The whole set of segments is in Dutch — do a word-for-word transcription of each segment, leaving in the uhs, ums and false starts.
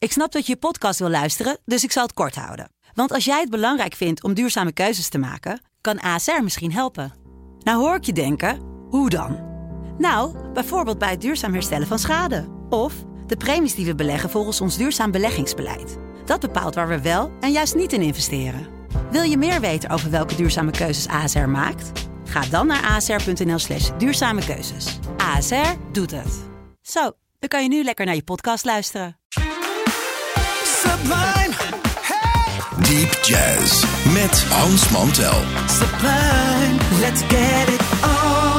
Ik snap dat je je podcast wil luisteren, dus ik zal het kort houden. Want als jij het belangrijk vindt om duurzame keuzes te maken, kan A S R misschien helpen. Nou hoor ik je denken, hoe dan? Nou, bijvoorbeeld bij het duurzaam herstellen van schade. Of de premies die we beleggen volgens ons duurzaam beleggingsbeleid. Dat bepaalt waar we wel en juist niet in investeren. Wil je meer weten over welke duurzame keuzes A S R maakt? Ga dan naar asr.nl slash duurzame keuzes. A S R doet het. Zo, dan kan je nu lekker naar je podcast luisteren. Sublime, hey! Deep Jazz met Hans Mantel. Sublime, let's get it on.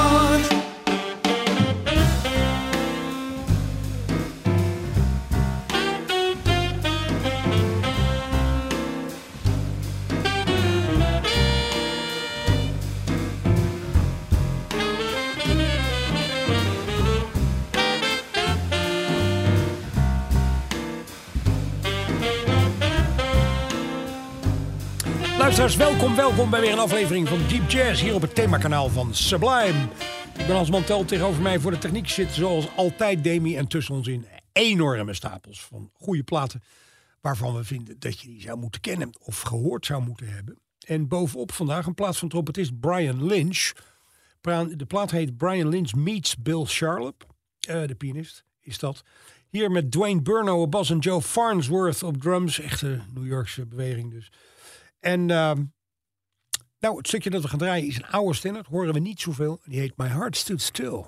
Luisteraars, welkom, welkom bij weer een aflevering van Deep Jazz hier op het themakanaal van Sublime. Ik ben Hans Mantel, tegenover mij voor de techniek zit zoals altijd Demi en tussen ons in enorme stapels van goede platen waarvan we vinden dat je die zou moeten kennen of gehoord zou moeten hebben. En bovenop vandaag een plaat van trompetist Brian Lynch. De plaat heet Brian Lynch Meets Bill Charlap, uh, de pianist is dat. Hier met Dwayne Burno op bas en Joe Farnsworth op drums, echte New Yorkse beweging dus. En uh, nou, het stukje dat we gaan draaien is een oude standaard. Horen we niet zoveel. Die heet My Heart Stood Still.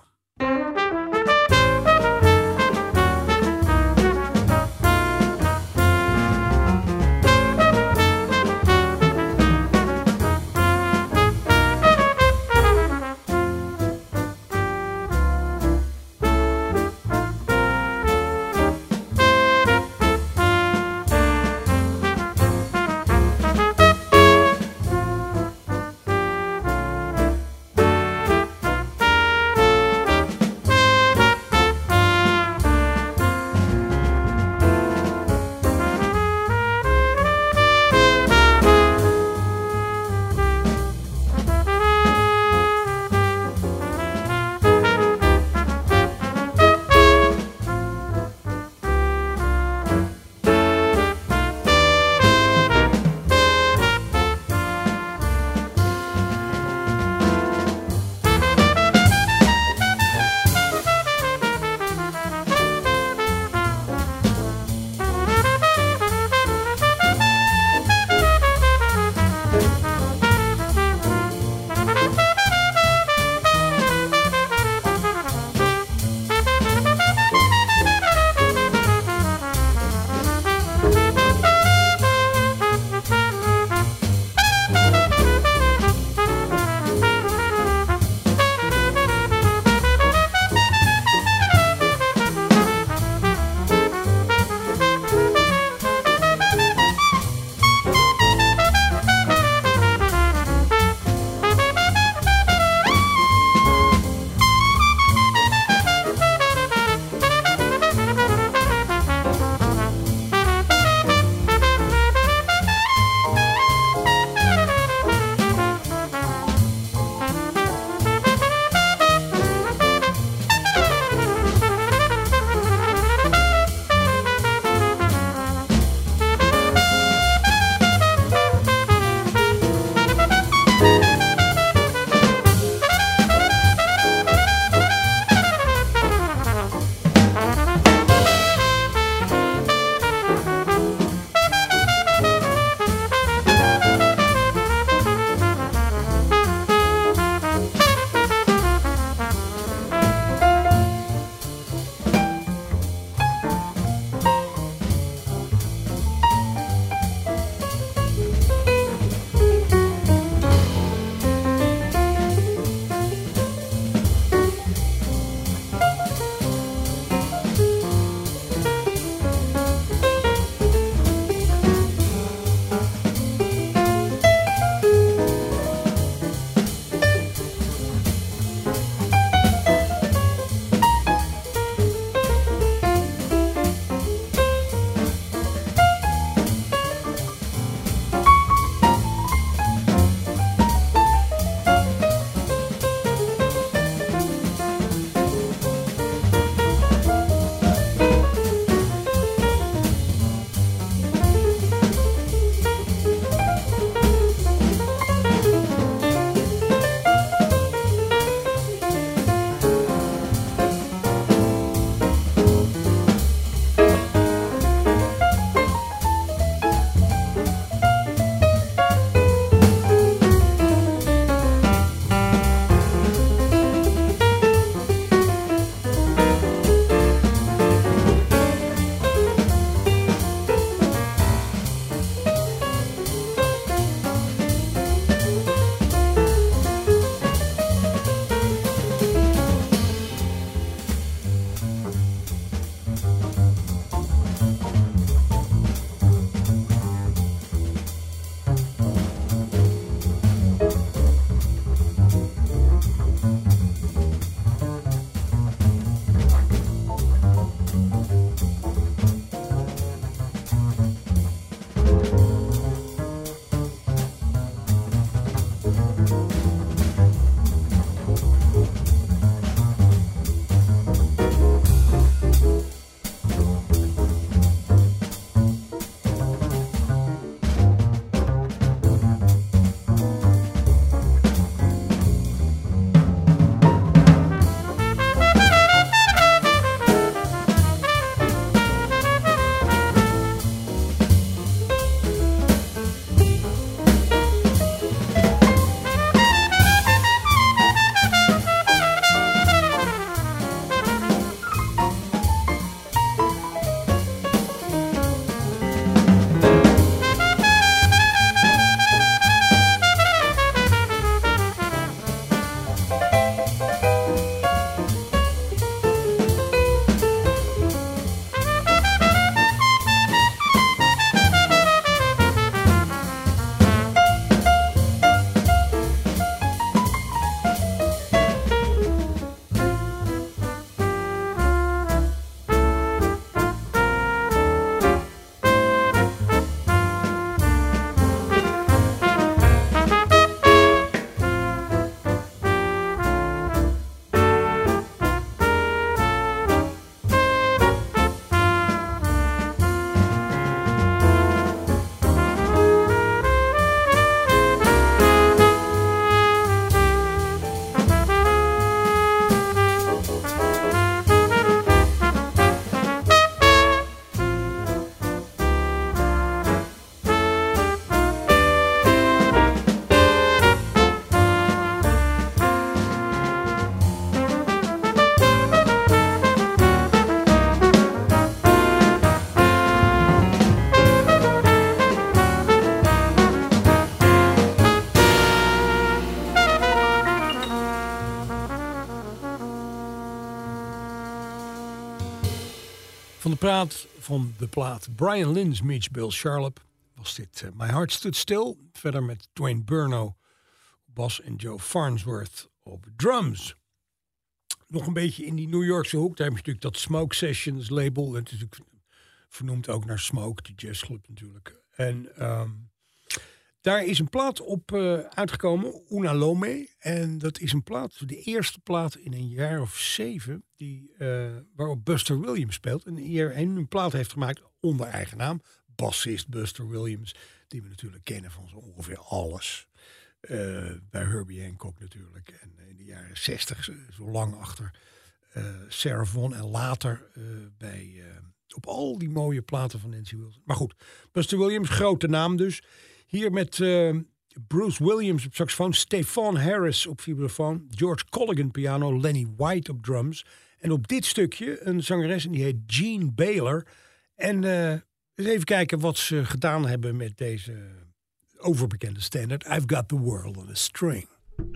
uitpraat van de plaat Brian Lynch meets Bill Charlap was dit uh, My Heart Stood Still. Verder met Dwayne Burno op bas en Joe Farnsworth op drums. Nog een beetje in die New Yorkse hoek. Daar heb je natuurlijk dat Smoke Sessions label. Het is natuurlijk vernoemd ook naar Smoke, de jazzclub natuurlijk. En um, daar is een plaat op uh, uitgekomen, Una Lome. En dat is een plaat, de eerste plaat in een jaar of zeven, die, uh, waarop Buster Williams speelt. En hier een plaat heeft gemaakt onder eigen naam. Bassist Buster Williams, die we natuurlijk kennen van zo ongeveer alles. Uh, bij Herbie Hancock natuurlijk. En in de jaren zestig, zo lang achter uh, Sarah Vaughan. En later uh, bij, uh, op al die mooie platen van Nancy Wilson. Maar goed, Buster Williams, grote naam dus. Hier met uh, Bruce Williams op saxofoon, Stephon Harris op vibrafoon, George Colligan piano, Lenny White op drums. En op dit stukje een zangeres en die heet Jean Baylor. En uh, eens even kijken wat ze gedaan hebben met deze overbekende standaard. I've Got the World on a String.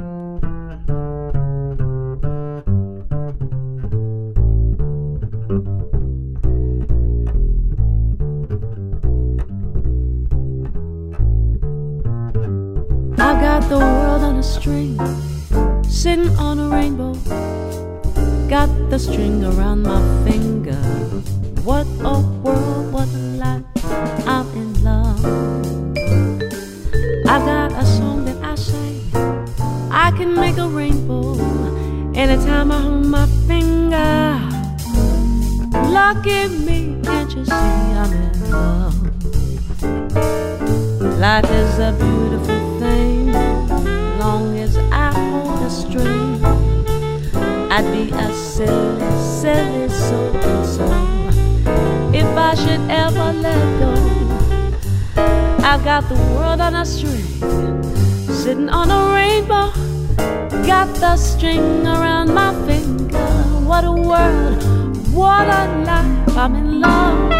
I've got the world on a string, sitting on a rainbow. Got the string around my finger. What a world, what a life, I'm in love. I've got a song that I say, I can make a rainbow anytime I hold my finger. Lucky me, can't you see I'm in love? Life is a beautiful thing, long as I hold a string. I'd be a silly, silly soul and soul if I should ever let go. I've got the world on a string, sitting on a rainbow. Got the string around my finger. What a world, what a life, I'm in love.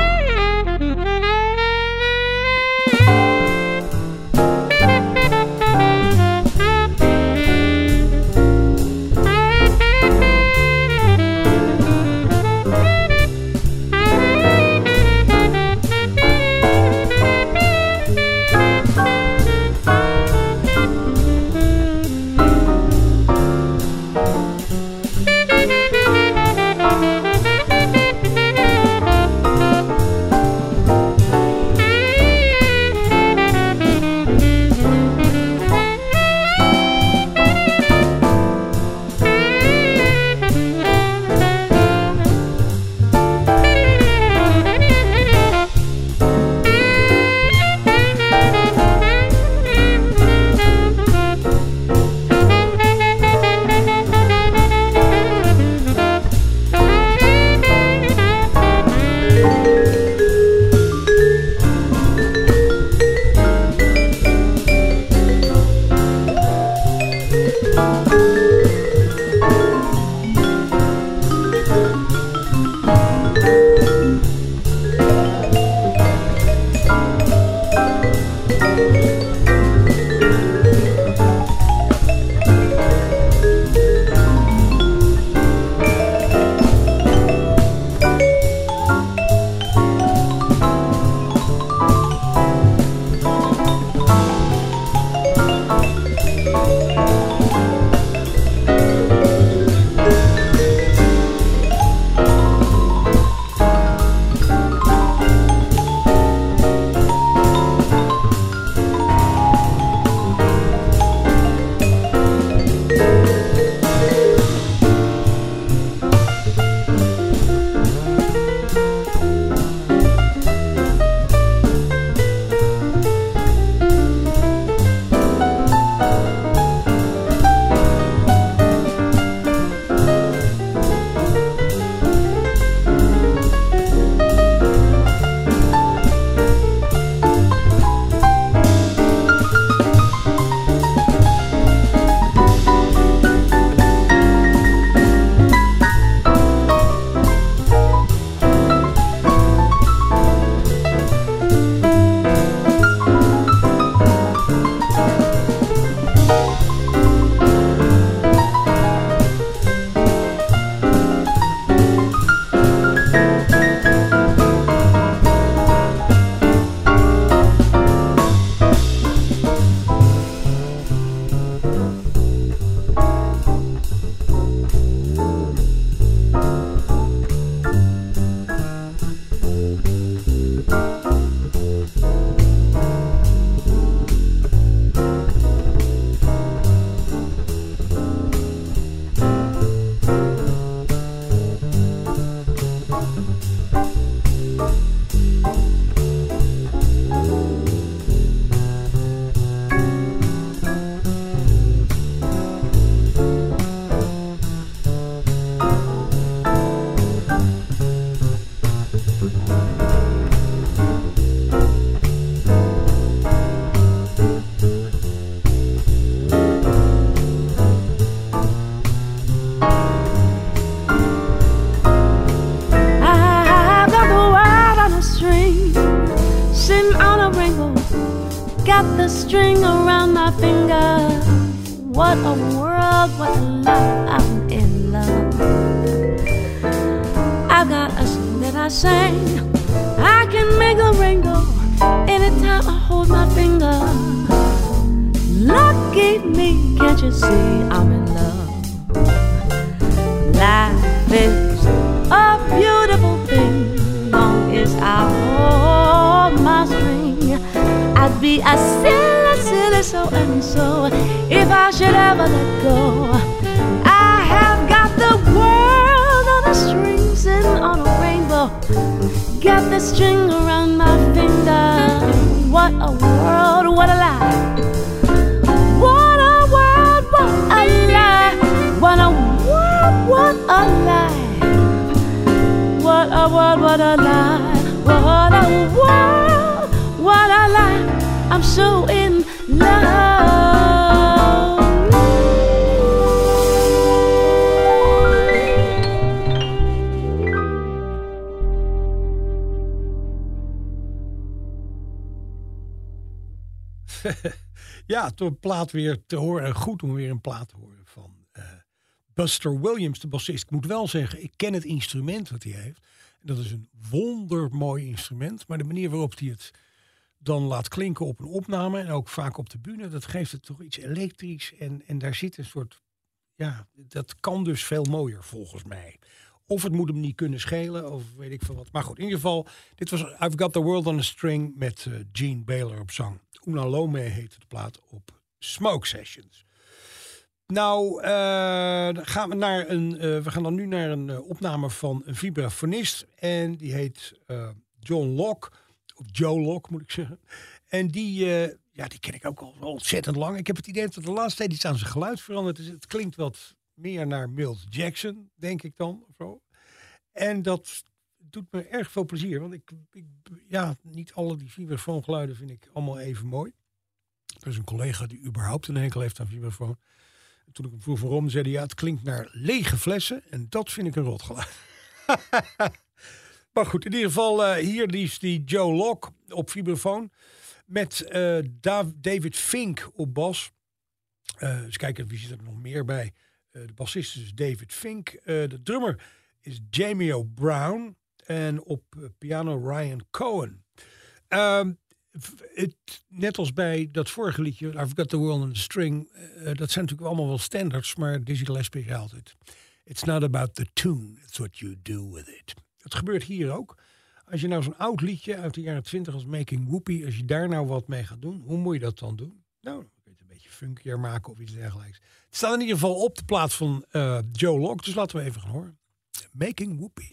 got the string around my finger. What a world, what a life, I'm in love. I got a song that I sing. I can make a rainbow anytime I hold my finger. Lucky me, can't you see I'm in love? Life is a beautiful thing, long as I hold my string. I'd be a silly, silly so-and-so if I should ever let go. I have got the world on a string, sitting on a rainbow. Got the string around my finger. What a world, what a life. What a world, what a life. What a world, what a life. What a world, what a life. What a world, what a life. I'm so in love. Ja, de plaat weer te horen. En goed om weer een plaat te horen van uh, Buster Williams, de bassist. Ik moet wel zeggen, ik ken het instrument wat hij heeft. En dat is een wondermooi instrument. Maar de manier waarop hij het dan laat klinken op een opname en ook vaak op de bühne, dat geeft het toch iets elektrisch. En, en daar zit een soort, ja, dat kan dus veel mooier volgens mij. Of het moet hem niet kunnen schelen, of weet ik veel wat. Maar goed, in ieder geval, dit was I've Got the World on a String met uh, Gene Baylor op zang. Una Lome heette de plaat op Smoke Sessions. Nou, uh, gaan we, naar een, uh, we gaan dan nu naar een uh, opname van een vibrafonist. En die heet uh, John Locke. Of Joe Locke moet ik zeggen. En die, uh, ja, die ken ik ook al ontzettend lang. Ik heb het idee dat de laatste tijd iets aan zijn geluid veranderd is. Het klinkt wat meer naar Milt Jackson, denk ik dan. Of zo. En dat doet me erg veel plezier. Want ik, ik ja, niet alle die vibrafoongeluiden vind ik allemaal even mooi. Er is een collega die überhaupt een hekel heeft aan vibrafoon. En toen ik hem vroeg waarom, zei hij, ja, het klinkt naar lege flessen. En dat vind ik een rotgeluid. Maar goed, in ieder geval, uh, hier is die Joe Locke op vibrafoon. Met uh, David Fink op bas. Uh, eens kijken, wie zit er nog meer bij? Uh, de bassist is David Fink. Uh, de drummer is Jamie O'Brown. En op uh, piano Ryan Cohen. Uh, het, net als bij dat vorige liedje, I've Got the World on the String. Uh, dat zijn natuurlijk allemaal wel standards, maar Dizzy Gillespie zei altijd, it's not about the tune, it's what you do with it. Dat gebeurt hier ook. Als je nou zo'n oud liedje uit de jaren twintig als Making Whoopie, als je daar nou wat mee gaat doen, hoe moet je dat dan doen? Nou, dan kun je het een beetje funkier maken of iets dergelijks. Het staat in ieder geval op de plaat van uh, Joe Locke, dus laten we even gaan horen. Making Whoopie.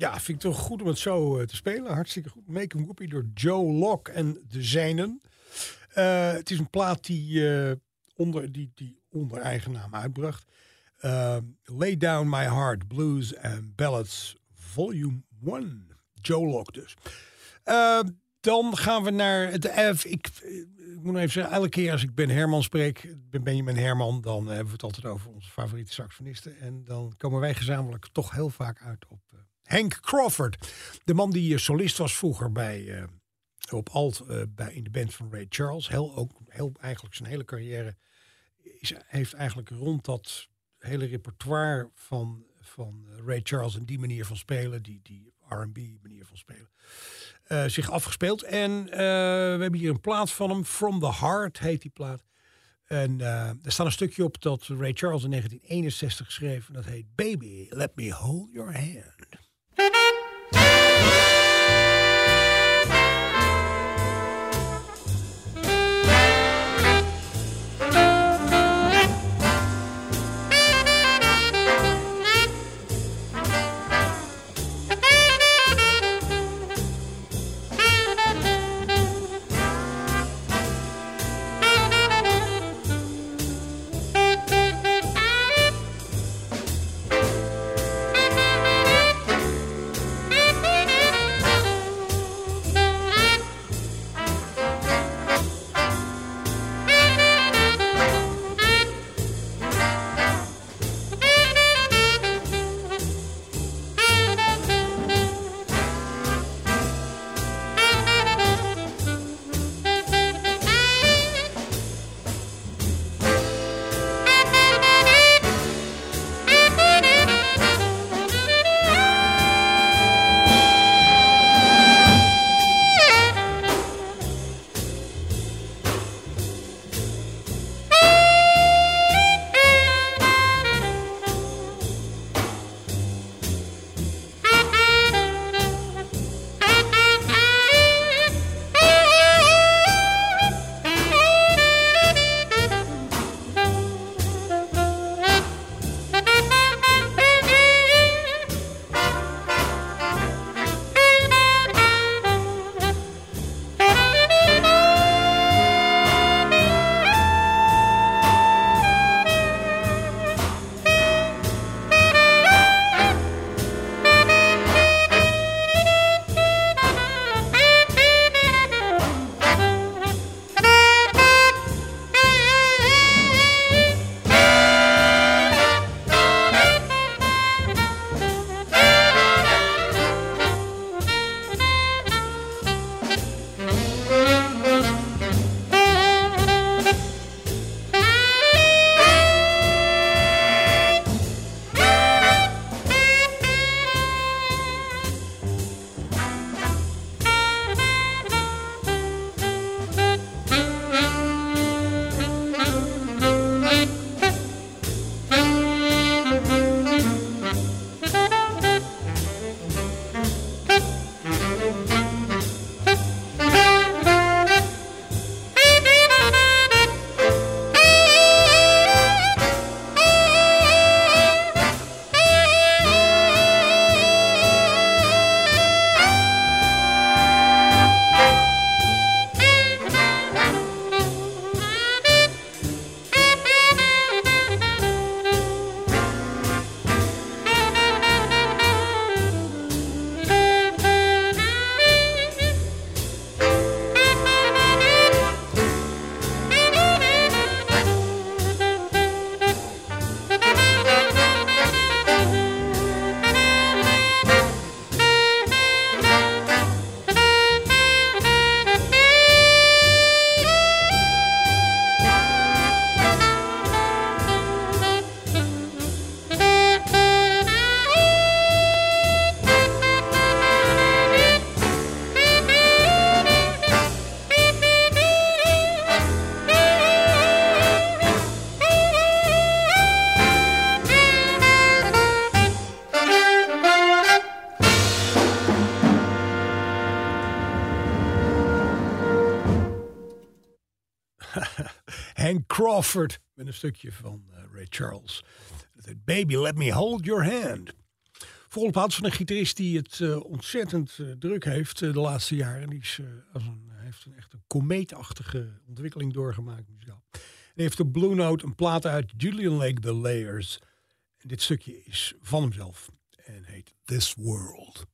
Ja, vind ik toch goed om het zo uh, te spelen. Hartstikke goed. Make 'em Whoopie door Joe Locke en de zijnen. Uh, het is een plaat die, uh, onder, die, die onder eigen naam uitbracht. Uh, Lay Down My Heart, Blues and Ballads, Volume één. Joe Locke dus. Uh, dan gaan we naar het F. Ik, ik moet even zeggen, elke keer als ik Ben Herman spreek, ben Benjamin Herman, dan hebben we het altijd over onze favoriete saxofonisten. En dan komen wij gezamenlijk toch heel vaak uit op uh, Hank Crawford. De man die uh, solist was vroeger bij, uh, op alt uh, bij, in de band van Ray Charles. Heel, ook, heel, eigenlijk zijn hele carrière is, heeft eigenlijk rond dat hele repertoire van, van Ray Charles en die manier van spelen, die, die R en B manier van spelen, uh, zich afgespeeld. En uh, we hebben hier een plaat van hem, From the Heart heet die plaat. En uh, er staat een stukje op dat Ray Charles in negentien eenenzestig schreef. En dat heet Baby, Let Me Hold Your Hand. Hank Crawford met een stukje van uh, Ray Charles. Baby, let me hold your hand. Volop houdt van een gitarist die het uh, ontzettend uh, druk heeft uh, de laatste jaren. Die is, uh, als een, uh, heeft een echt een komeetachtige ontwikkeling doorgemaakt. Muzikaal. Hij heeft op Blue Note een plaat uit Julian Lake, The Layers. En dit stukje is van hemzelf en heet This World.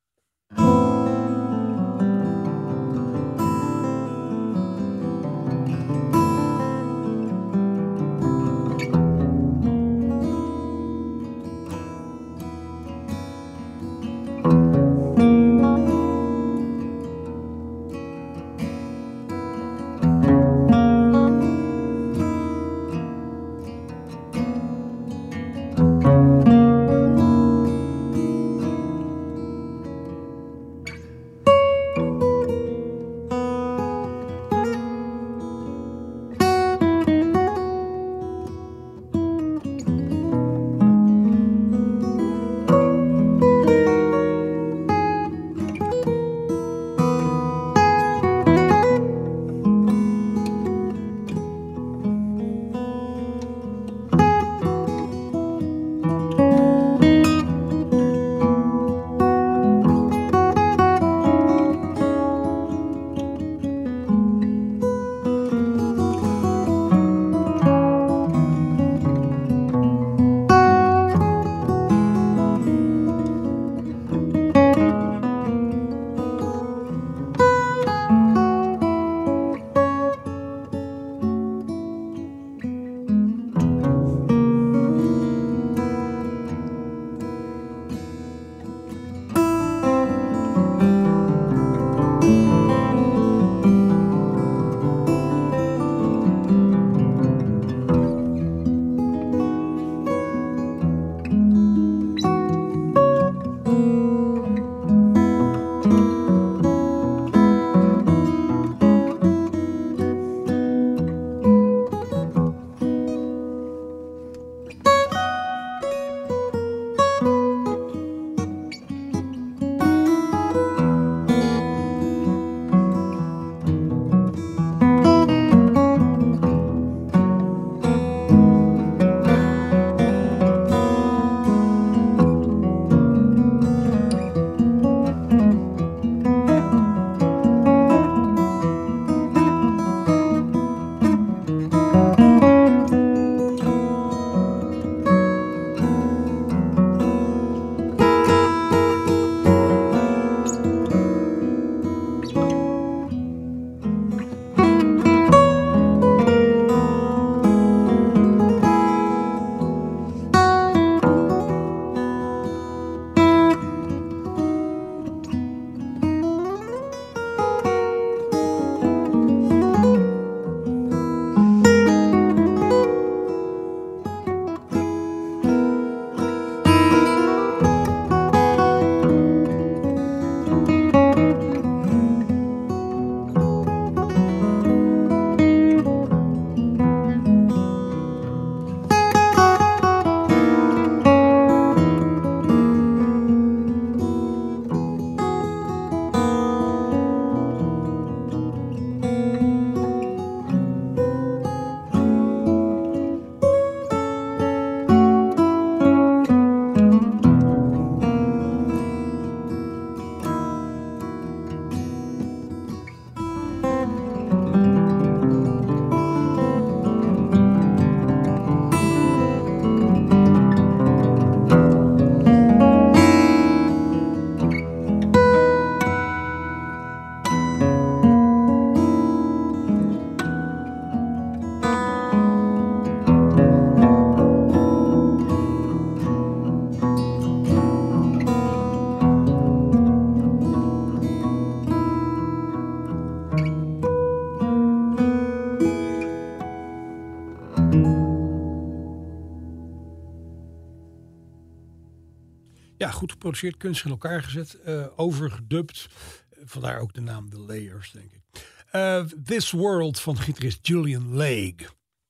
Ja, goed geproduceerd, kunstig in elkaar gezet, uh, overgedubt. Uh, vandaar ook de naam The Layers, denk ik. Uh, This World van gitarist Julian Lake.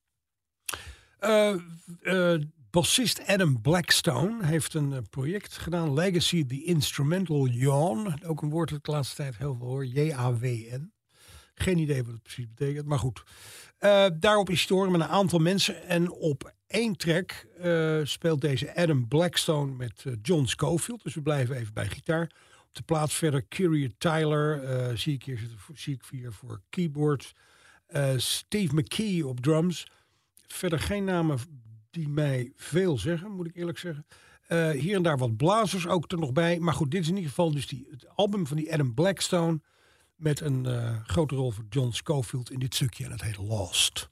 Uh, uh, bassist Adam Blackstone heeft een uh, project gedaan. Legacy The Instrumental Yawn. Ook een woord dat ik de laatste tijd heel veel hoor. J A W N. Geen idee wat het precies betekent, maar goed. Uh, daarop is hij te horen met een aantal mensen. En op één track uh, speelt deze Adam Blackstone met uh, John Scofield. Dus we blijven even bij gitaar. Op de plaat verder Kyrie Tyler. Uh, zie ik hier zitten, zie ik hier voor keyboards. Uh, Steve McKee op drums. Verder geen namen die mij veel zeggen, moet ik eerlijk zeggen. Uh, hier en daar wat blazers ook er nog bij. Maar goed, dit is in ieder geval dus die, het album van die Adam Blackstone. Met een uh, grote rol voor John Scofield in dit stukje. En het heet Lost.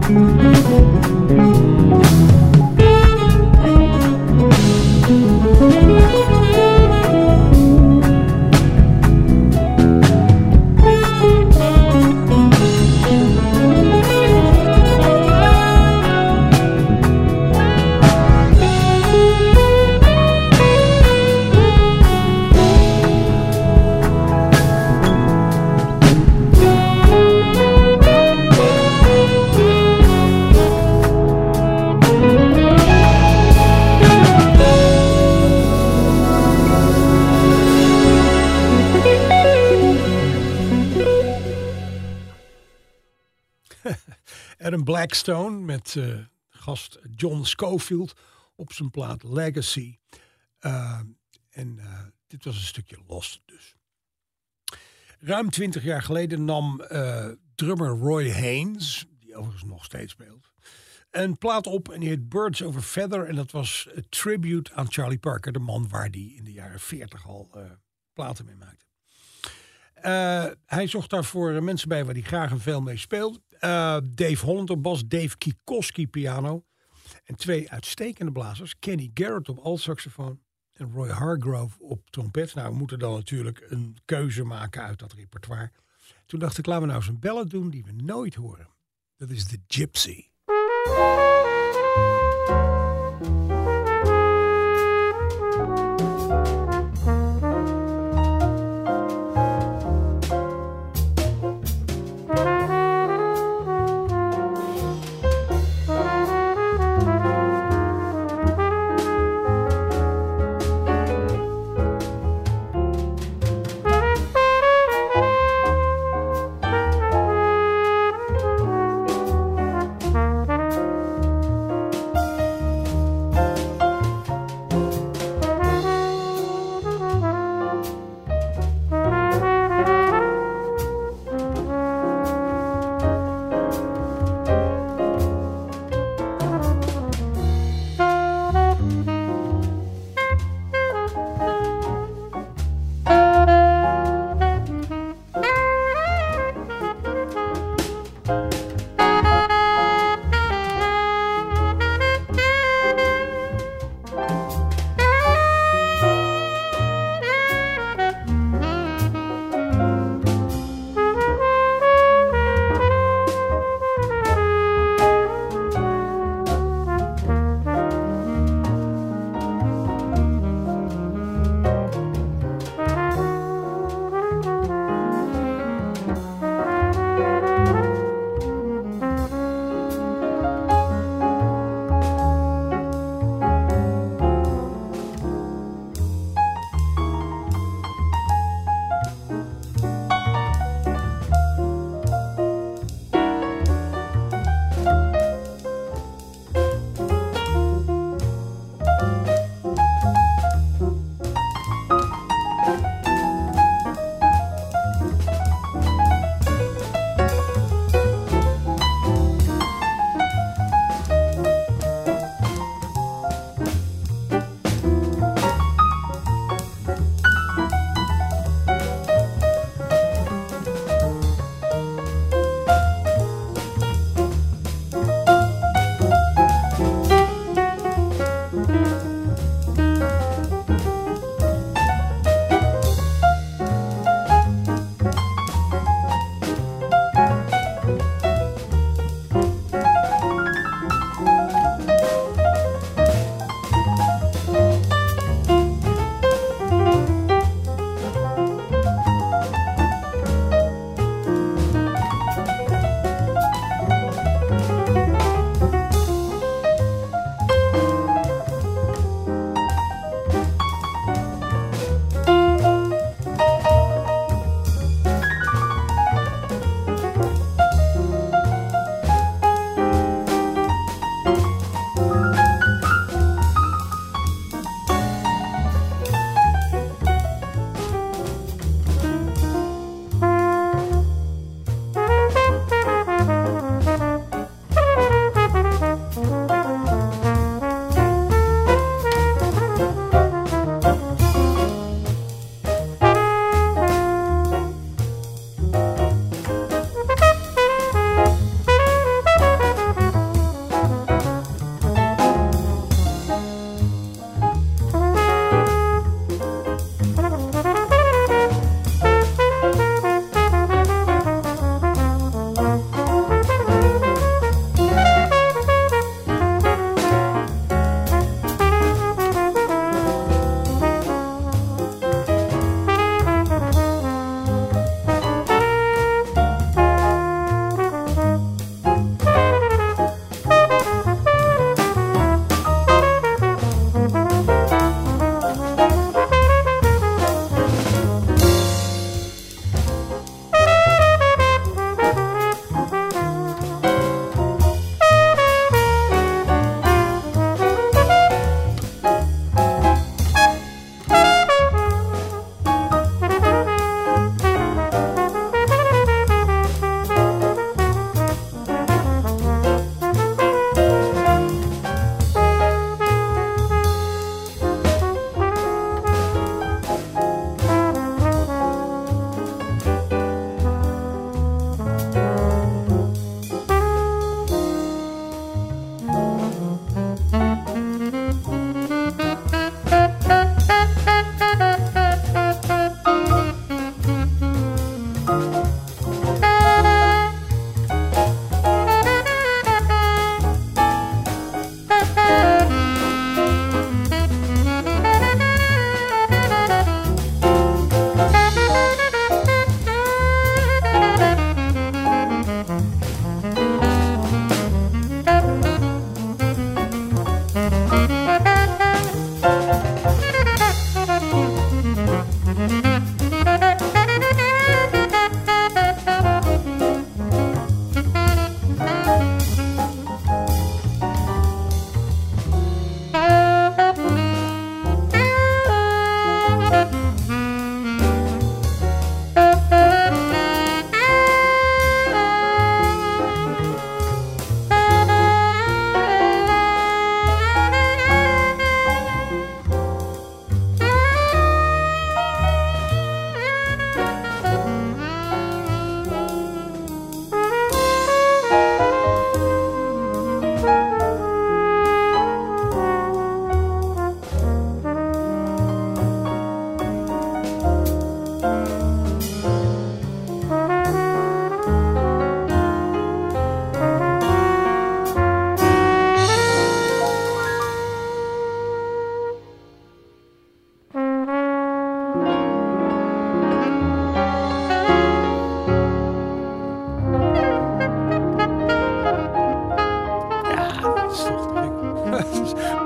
Adam Blackstone met uh, gast John Scofield op zijn plaat Legacy. Uh, en uh, dit was een stukje Lost dus. Ruim twintig jaar geleden nam uh, drummer Roy Haynes, die overigens nog steeds speelt, een plaat op en die heet Birds Over Feather. En dat was een tribute aan Charlie Parker, de man waar die in de jaren veertig al uh, platen mee maakte. Uh, hij zocht daarvoor mensen bij waar hij graag en veel mee speelt. Uh, Dave Holland op bas, Dave Kikoski piano. En twee uitstekende blazers. Kenny Garrett op altsaxofoon en Roy Hargrove op trompet. Nou, we moeten dan natuurlijk een keuze maken uit dat repertoire. Toen dacht ik, laten we nou eens een ballad doen die we nooit horen. Dat is The Gypsy.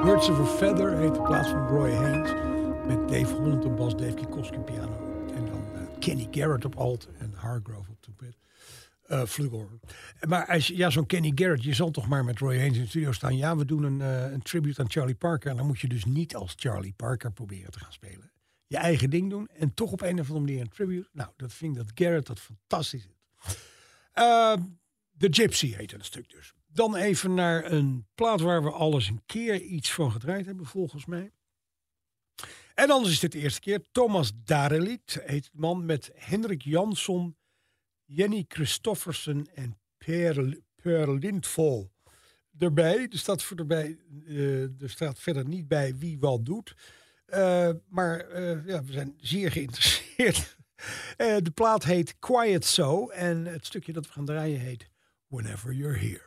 Birds of a Feather heet de plaats van Roy Haynes. Met Dave Holland op bas, Dave Kikoski piano. En dan uh, Kenny Garrett op alt en Hargrove op trompet. Uh, Flugelhorn. Maar als je, ja, zo'n Kenny Garrett, je zal toch maar met Roy Haynes in de studio staan. Ja, we doen een, uh, een tribute aan Charlie Parker. En dan moet je dus niet als Charlie Parker proberen te gaan spelen. Je eigen ding doen en toch op een of andere manier een tribute. Nou, dat vind ik dat Garrett dat fantastisch is. Uh, The Gypsy heet het stuk dus. Dan even naar een plaat waar we alles een keer iets van gedraaid hebben, volgens mij. En anders is dit de eerste keer. Thomas Dareliet heet de man met Henrik Jansson, Jenny Christoffersen en Per, per Lindvall erbij. Er staat, voor erbij, uh, er staat verder niet bij wie wat doet. Uh, maar uh, ja, we zijn zeer geïnteresseerd. Uh, de plaat heet Quiet So. En het stukje dat we gaan draaien heet Whenever You're Here.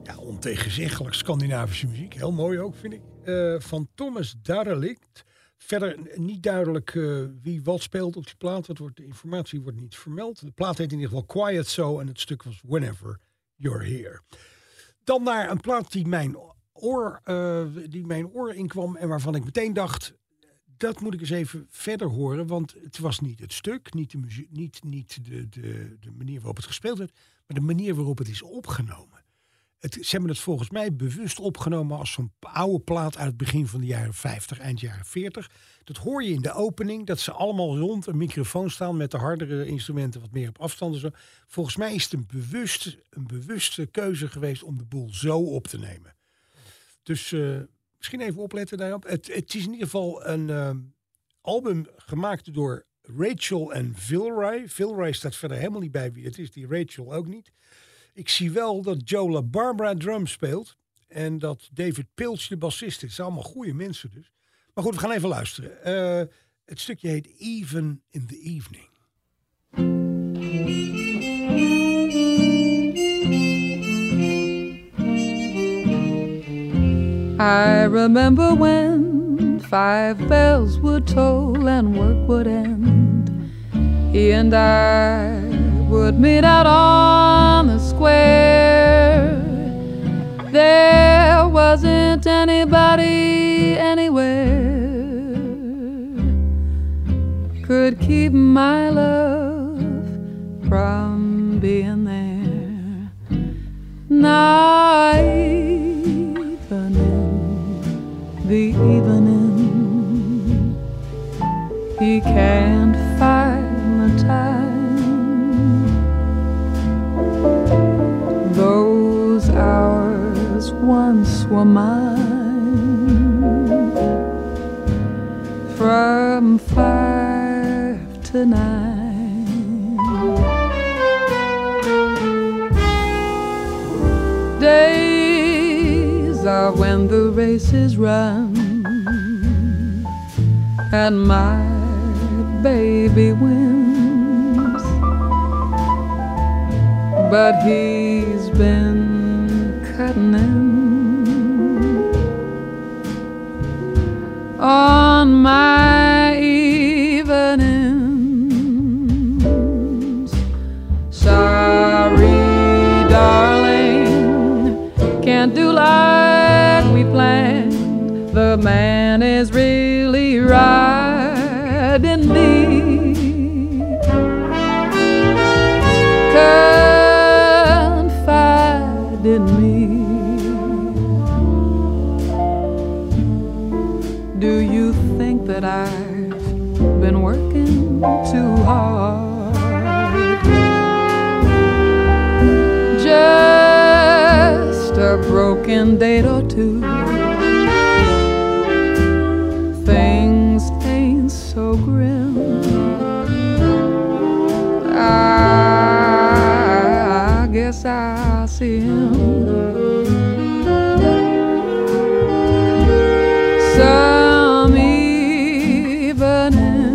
Ja, ontegenzeggelijk Scandinavische muziek. Heel mooi ook, vind ik. Uh, van Thomas Darelicht. Verder niet duidelijk uh, wie wat speelt op die plaat. Dat wordt, de informatie wordt niet vermeld. De plaat heet in ieder geval Quiet So en het stuk was Whenever You're Here. Dan naar een plaat die mijn oor, uh, die mijn oor inkwam en waarvan ik meteen dacht, dat moet ik eens even verder horen. Want het was niet het stuk, niet de, muziek, niet, niet de, de, de manier waarop het gespeeld werd, maar de manier waarop het is opgenomen. Het, ze hebben het volgens mij bewust opgenomen als zo'n oude plaat uit het begin van de jaren vijftig, eind jaren veertig. Dat hoor je in de opening, dat ze allemaal rond een microfoon staan met de hardere instrumenten wat meer op afstand en zo. Volgens mij is het een bewuste, een bewuste keuze geweest om de boel zo op te nemen. Dus uh, misschien even opletten daarop. Het, het is in ieder geval een uh, album gemaakt door Rachel en Vilray. Vilray staat verder helemaal niet bij wie het is, die Rachel ook niet. Ik zie wel dat Joe LaBarbera drums speelt. En dat David Pilch de bassist is. Het zijn allemaal goede mensen dus. Maar goed, we gaan even luisteren. Uh, het stukje heet Even in the Evening. I remember when five bells would toll and work would end. He and I would meet out on the square. There wasn't anybody anywhere could keep my love from being there. Not even in the evening he can't find the time. Those hours once were mine, from five to nine. Days are when the race is run and my baby wins, but he's been cutting in on my evenings. Sorry, darling, can't do like we planned. The man is really riding me. In me. Do you think that I've been working too hard? Just a broken date or two. Things ain't so grim. I guess I'll see him some evening.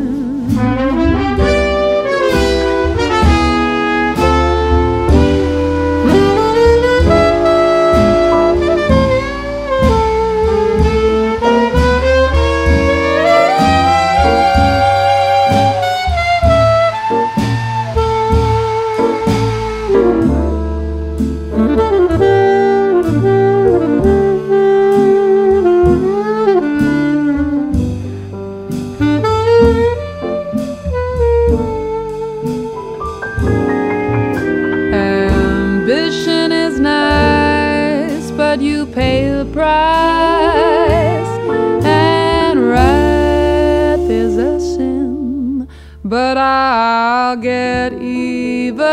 But I'll get even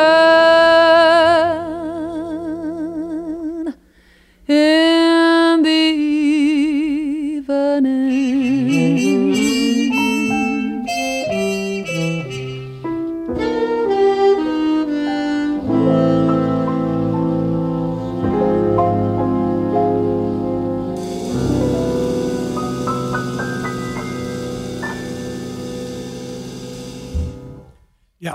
in the evening.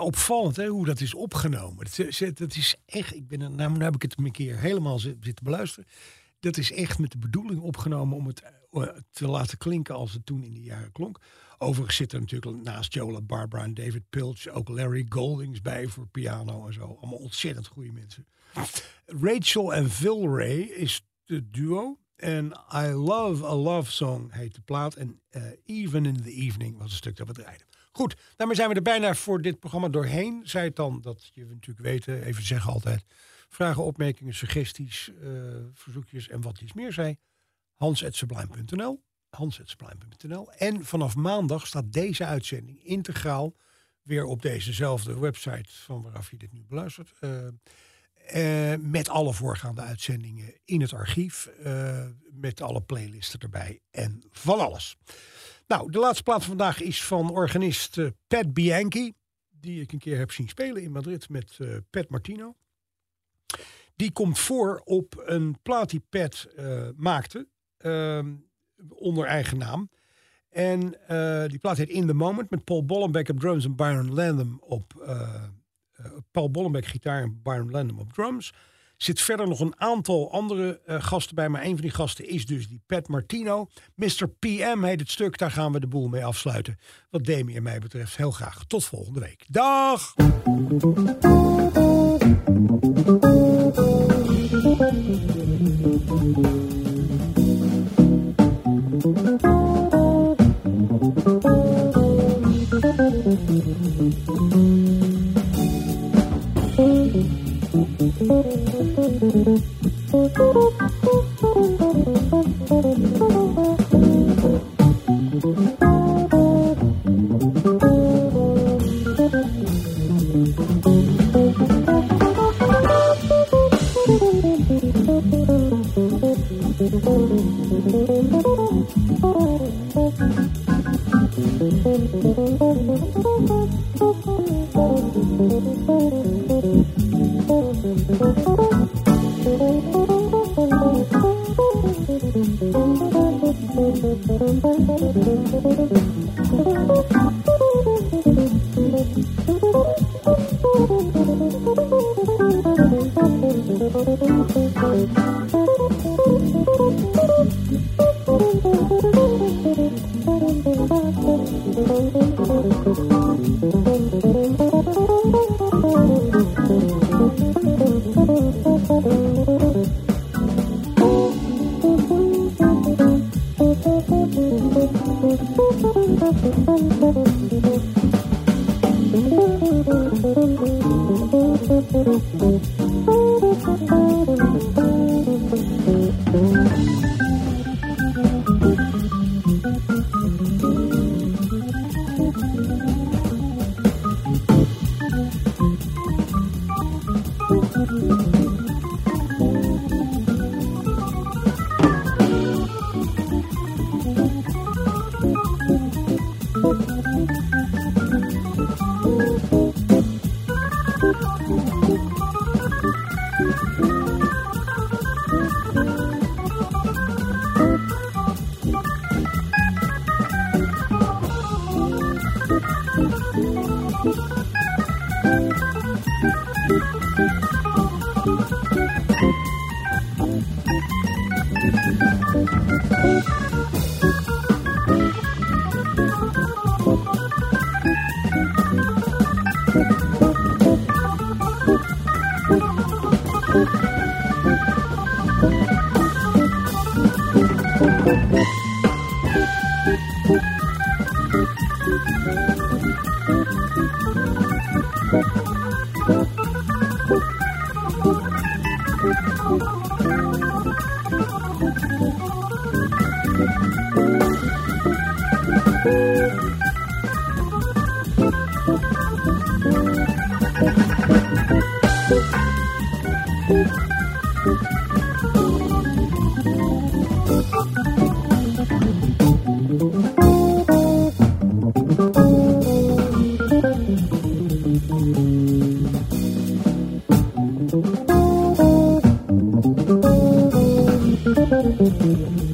opvallend hè, hoe dat is opgenomen. Dat, dat is echt, ik ben, nou, nu heb ik het een keer helemaal zitten beluisteren. Dat is echt met de bedoeling opgenomen om het te laten klinken als het toen in de jaren klonk. Overigens zit er natuurlijk naast Joe Barbara en David Pilch ook Larry Goldings bij voor piano en zo. Allemaal ontzettend goede mensen. Rachel en Phil Ray is de duo. En I Love a Love Song heet de plaat. En uh, Even in the Evening was een stuk dat we draaiden. Goed, daarmee zijn we er bijna voor dit programma doorheen. Zei het dan, dat je natuurlijk weten, even zeggen altijd. Vragen, opmerkingen, suggesties, uh, verzoekjes en wat iets meer zei. hans at sublime punt n l hans at sublime punt n l En vanaf maandag staat deze uitzending integraal weer op dezezelfde website van waaraf je dit nu beluistert. Uh, uh, met alle voorgaande uitzendingen in het archief. Uh, met alle playlisten erbij en van alles. Nou, de laatste plaat van vandaag is van organist uh, Pat Bianchi. Die ik een keer heb zien spelen in Madrid met uh, Pat Martino. Die komt voor op een plaat die Pat uh, maakte. Uh, onder eigen naam. En uh, die plaat heet In the Moment. Met Paul Bollenbeck op drums en Byron Landham op... Uh, uh, Paul Bollenbeck gitaar en Byron Landham op drums. Zit verder nog een aantal andere uh, gasten bij. Maar een van die gasten is dus die Pat Martino. mister P M heet het stuk. Daar gaan we de boel mee afsluiten. Wat Demi en mij betreft heel graag. Tot volgende week. Dag! Thank you.